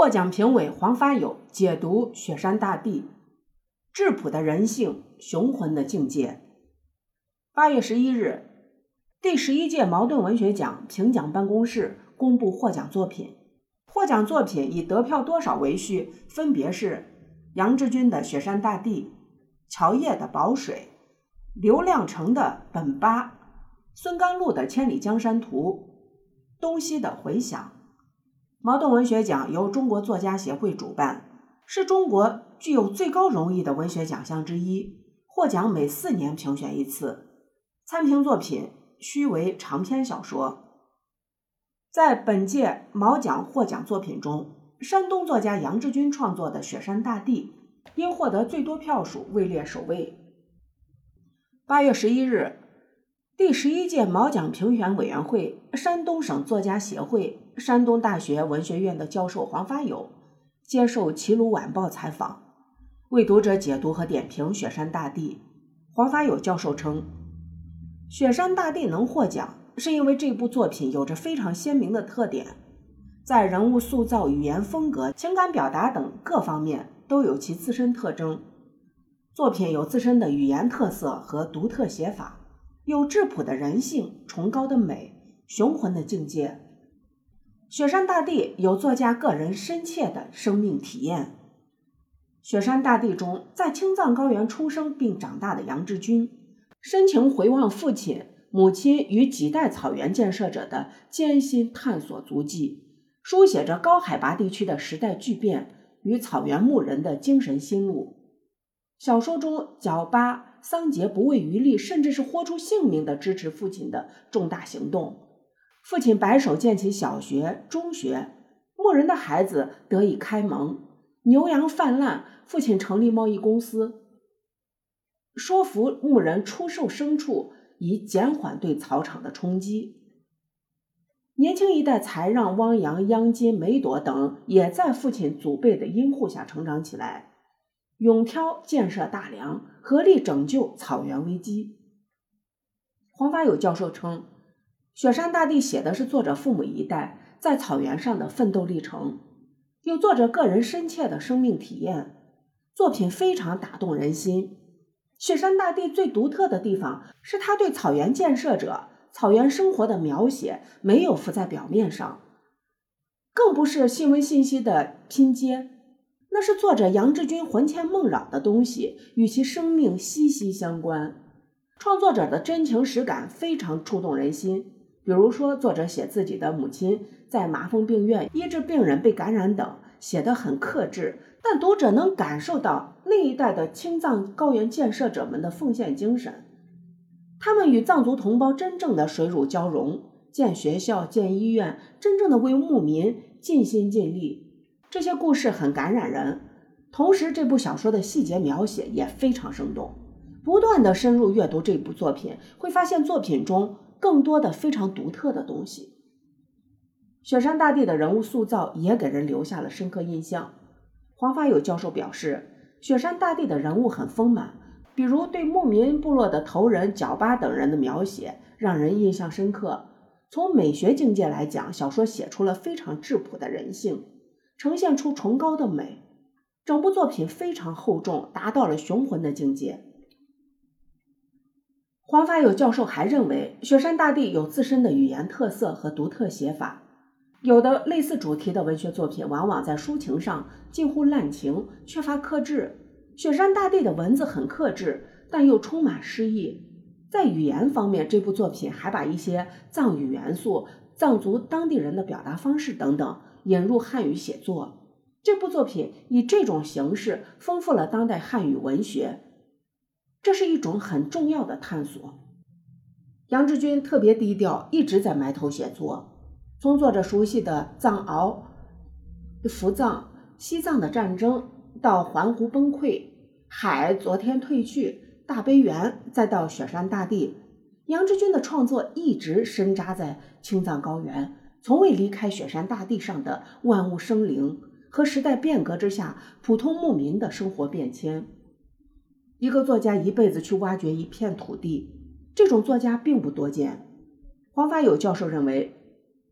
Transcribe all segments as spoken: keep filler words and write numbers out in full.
获奖评委黄发友解读雪山大地，质朴的人性，雄浑的境界。八月十一日，第十一届茅盾文学奖评奖办公室公布获奖作品。获奖作品以得票多少为序，分别是杨志军的《雪山大地》、乔烨的《宝水》、刘亮程的《本八》、孙甘露的《千里江山图》、东西的《回响》。茅盾文学奖由中国作家协会主办，是中国具有最高荣誉的文学奖项之一，获奖每四年评选一次。参评作品须为长篇小说。在本届茅奖获奖作品中，山东作家杨志军创作的《雪山大地》因获得最多票数位列首位。八月十一日，第十一届茅奖评选委员会山东省作家协会山东大学文学院的教授黄发友接受齐鲁晚报采访，为读者解读和点评《雪山大地》。黄发友教授称，《雪山大地》能获奖是因为这部作品有着非常鲜明的特点，在人物塑造、语言风格、情感表达等各方面都有其自身特征。作品有自身的语言特色和独特写法，有质朴的人性、崇高的美、雄浑的境界。雪山大地有作家个人深切的生命体验。雪山大地中，在青藏高原出生并长大的杨志军，深情回望父亲、母亲与几代草原建设者的艰辛探索足迹，书写着高海拔地区的时代巨变与草原牧人的精神心路。小说中，角巴、桑杰不畏余力，甚至是豁出性命地支持父亲的重大行动。父亲白手建起小学、中学，牧人的孩子得以开蒙，牛羊泛滥，父亲成立贸易公司，说服牧人出售牲畜，以减缓对草场的冲击。年轻一代才让、汪洋、央金、梅朵等也在父亲祖辈的荫护下成长起来，勇挑建设大梁，合力拯救草原危机。黄发友教授称，雪山大地写的是作者父母一代在草原上的奋斗历程，有作者个人深切的生命体验，作品非常打动人心。雪山大地最独特的地方是他对草原建设者、草原生活的描写没有浮在表面上，更不是新闻信息的拼接，那是作者杨志军魂牵梦绕的东西，与其生命息息相关。创作者的真情实感非常触动人心，比如说作者写自己的母亲在麻风病院医治病人被感染等，写得很克制，但读者能感受到那一代的青藏高原建设者们的奉献精神。他们与藏族同胞真正的水乳交融，建学校、建医院，真正的为牧民尽心尽力。这些故事很感染人，同时这部小说的细节描写也非常生动。不断的深入阅读这部作品，会发现作品中更多的非常独特的东西。雪山大地的人物塑造也给人留下了深刻印象。黄发友教授表示，雪山大地的人物很丰满，比如对牧民部落的头人角巴等人的描写让人印象深刻。从美学境界来讲，小说写出了非常质朴的人性，呈现出崇高的美。整部作品非常厚重，达到了雄浑的境界。黄发友教授还认为，雪山大地有自身的语言特色和独特写法。有的类似主题的文学作品往往在抒情上近乎滥情，缺乏克制。雪山大地的文字很克制，但又充满诗意。在语言方面，这部作品还把一些藏语元素、藏族当地人的表达方式等等引入汉语写作。这部作品以这种形式丰富了当代汉语文学，这是一种很重要的探索。杨志军特别低调，一直在埋头写作。从作者熟悉的藏獒、扶藏、西藏的战争，到环湖崩溃、海昨天退去、大悲园，再到雪山大地，杨志军的创作一直深扎在青藏高原，从未离开雪山大地上的万物生灵和时代变革之下普通牧民的生活变迁。一个作家一辈子去挖掘一片土地，这种作家并不多见。黄发友教授认为，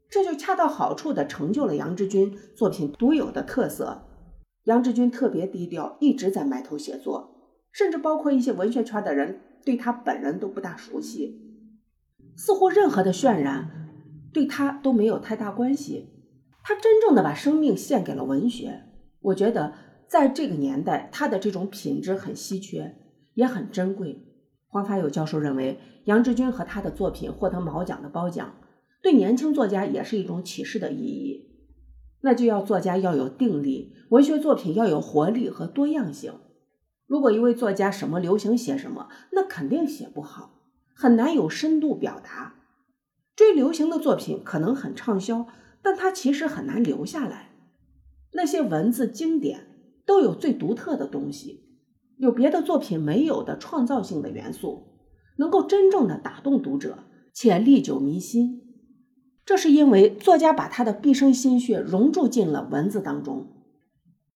这就恰到好处地成就了杨之军作品独有的特色。杨之军特别低调，一直在埋头写作，甚至包括一些文学圈的人对他本人都不大熟悉，似乎任何的渲染对他都没有太大关系。他真正的把生命献给了文学，我觉得在这个年代他的这种品质很稀缺，也很珍贵。黄发友教授认为，杨之军和他的作品获得毛奖的褒奖，对年轻作家也是一种启示的意义。那就要作家要有定力，文学作品要有活力和多样性。如果一位作家什么流行写什么，那肯定写不好，很难有深度表达。追流行的作品可能很畅销，但它其实很难留下来。那些文字经典都有最独特的东西，有别的作品没有的创造性的元素，能够真正的打动读者，且历久弥新。这是因为作家把他的毕生心血融注进了文字当中。